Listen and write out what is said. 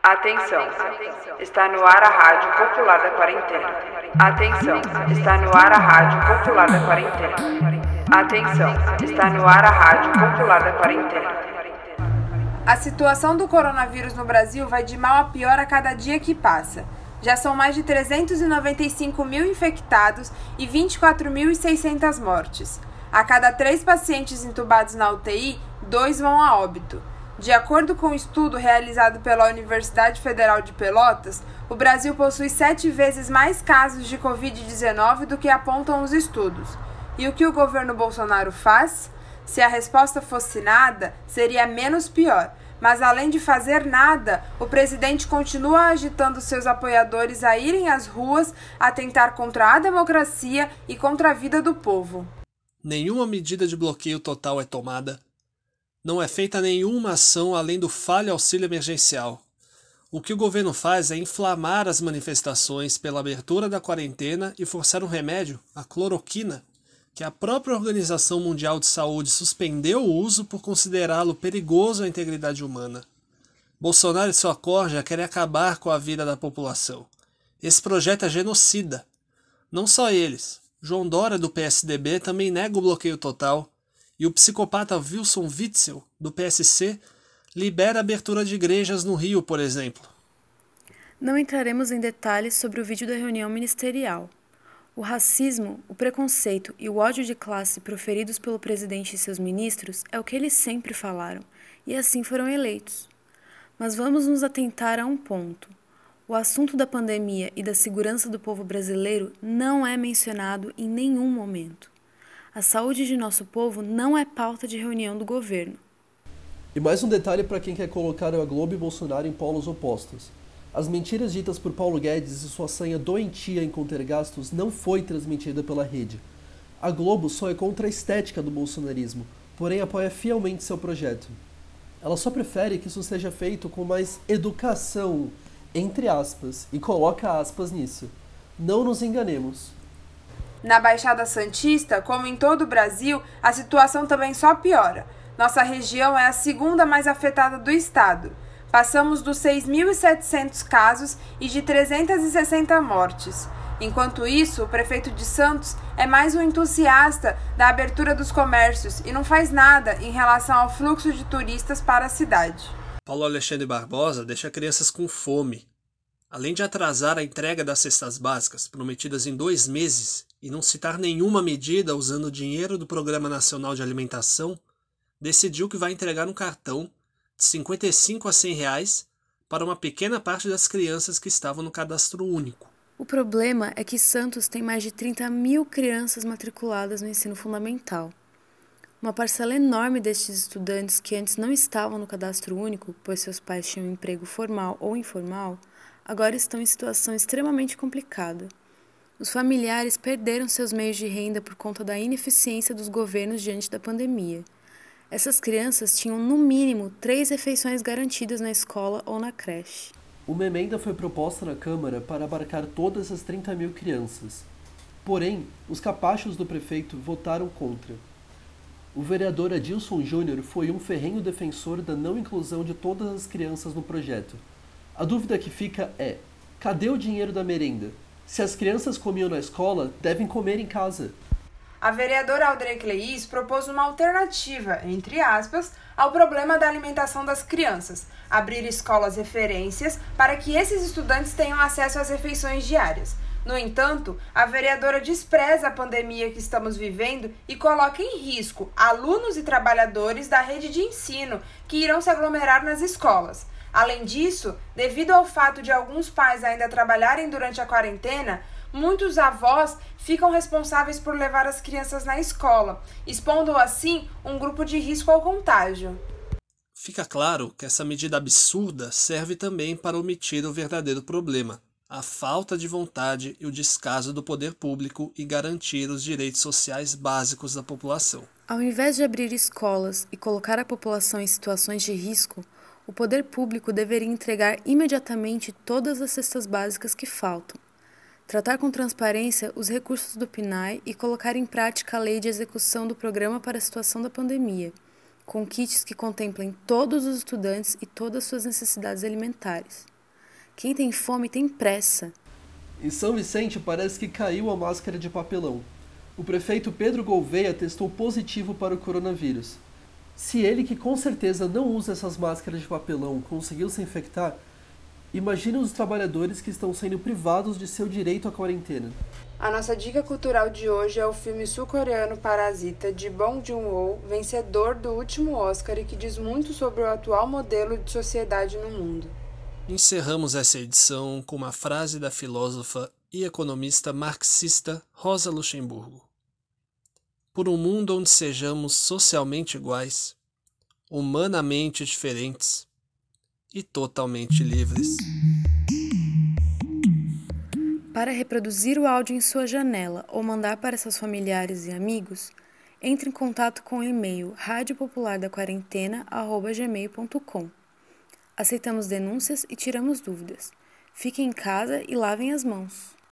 Atenção, está no ar a Rádio Popular da Quarentena. Atenção, está no ar a Rádio Popular da Quarentena. Atenção, está no ar a Rádio Popular da Quarentena. A situação do coronavírus no Brasil vai de mal a pior a cada dia que passa. Já são mais de 395 mil infectados e 24.600 mortes. A cada 3 pacientes entubados na UTI, 2 vão a óbito. De acordo com um estudo realizado pela Universidade Federal de Pelotas, o Brasil possui 7 vezes mais casos de Covid-19 do que apontam os estudos. E o que o governo Bolsonaro faz? Se a resposta fosse nada, seria menos pior. Mas além de fazer nada, o presidente continua agitando seus apoiadores a irem às ruas, a tentar contra a democracia e contra a vida do povo. Nenhuma medida de bloqueio total é tomada. Não é feita nenhuma ação além do falho auxílio emergencial. O que o governo faz é inflamar as manifestações pela abertura da quarentena e forçar um remédio, a cloroquina, que a própria Organização Mundial de Saúde suspendeu o uso por considerá-lo perigoso à integridade humana. Bolsonaro e sua corja querem acabar com a vida da população. Esse projeto é genocida. Não só eles. João Dória, do PSDB, também nega o bloqueio total. E o psicopata Wilson Witzel, do PSC, libera a abertura de igrejas no Rio, por exemplo. Não entraremos em detalhes sobre o vídeo da reunião ministerial. O racismo, o preconceito e o ódio de classe proferidos pelo presidente e seus ministros é o que eles sempre falaram, e assim foram eleitos. Mas vamos nos atentar a um ponto. O assunto da pandemia e da segurança do povo brasileiro não é mencionado em nenhum momento. A saúde de nosso povo não é pauta de reunião do governo. E mais um detalhe para quem quer colocar a Globo e Bolsonaro em polos opostos. As mentiras ditas por Paulo Guedes e sua sanha doentia em conter gastos não foi transmitida pela rede. A Globo só é contra a estética do bolsonarismo, porém apoia fielmente seu projeto. Ela só prefere que isso seja feito com mais educação, entre aspas, e coloca aspas nisso. Não nos enganemos. Na Baixada Santista, como em todo o Brasil, a situação também só piora. Nossa região é a segunda mais afetada do estado. Passamos dos 6.700 casos e de 360 mortes. Enquanto isso, o prefeito de Santos é mais um entusiasta da abertura dos comércios e não faz nada em relação ao fluxo de turistas para a cidade. Paulo Alexandre Barbosa deixa crianças com fome. Além de atrasar a entrega das cestas básicas, prometidas em 2 meses, e não citar nenhuma medida usando o dinheiro do Programa Nacional de Alimentação, decidiu que vai entregar um cartão de 55 a 100 reais para uma pequena parte das crianças que estavam no cadastro único. O problema é que Santos tem mais de 30 mil crianças matriculadas no ensino fundamental. Uma parcela enorme destes estudantes que antes não estavam no cadastro único, pois seus pais tinham emprego formal ou informal, agora estão em situação extremamente complicada. Os familiares perderam seus meios de renda por conta da ineficiência dos governos diante da pandemia. Essas crianças tinham, no mínimo, 3 refeições garantidas na escola ou na creche. Uma emenda foi proposta na Câmara para abarcar todas as 30 mil crianças. Porém, os capachos do prefeito votaram contra. O vereador Adilson Júnior foi um ferrenho defensor da não inclusão de todas as crianças no projeto. A dúvida que fica é: cadê o dinheiro da merenda? Se as crianças comiam na escola, devem comer em casa. A vereadora Audrey Cleis propôs uma alternativa, entre aspas, ao problema da alimentação das crianças: abrir escolas referências para que esses estudantes tenham acesso às refeições diárias. No entanto, a vereadora despreza a pandemia que estamos vivendo e coloca em risco alunos e trabalhadores da rede de ensino que irão se aglomerar nas escolas. Além disso, devido ao fato de alguns pais ainda trabalharem durante a quarentena, muitos avós ficam responsáveis por levar as crianças na escola, expondo assim um grupo de risco ao contágio. Fica claro que essa medida absurda serve também para omitir o verdadeiro problema: a falta de vontade e o descaso do poder público e garantir os direitos sociais básicos da população. Ao invés de abrir escolas e colocar a população em situações de risco, o poder público deveria entregar imediatamente todas as cestas básicas que faltam, tratar com transparência os recursos do PNAE e colocar em prática a lei de execução do programa para a situação da pandemia, com kits que contemplem todos os estudantes e todas suas necessidades alimentares. Quem tem fome tem pressa. Em São Vicente parece que caiu a máscara de papelão. O prefeito Pedro Gouveia testou positivo para o coronavírus. Se ele, que com certeza não usa essas máscaras de papelão, conseguiu se infectar, imagine os trabalhadores que estão sendo privados de seu direito à quarentena. A nossa dica cultural de hoje é o filme sul-coreano Parasita, de Bong Joon-ho, vencedor do último Oscar e que diz muito sobre o atual modelo de sociedade no mundo. Encerramos essa edição com uma frase da filósofa e economista marxista Rosa Luxemburgo. Por um mundo onde sejamos socialmente iguais, humanamente diferentes e totalmente livres. Para reproduzir o áudio em sua janela ou mandar para seus familiares e amigos, entre em contato com o e-mail radiopopulardaquarentena@gmail.com. Aceitamos denúncias e tiramos dúvidas. Fiquem em casa e lavem as mãos.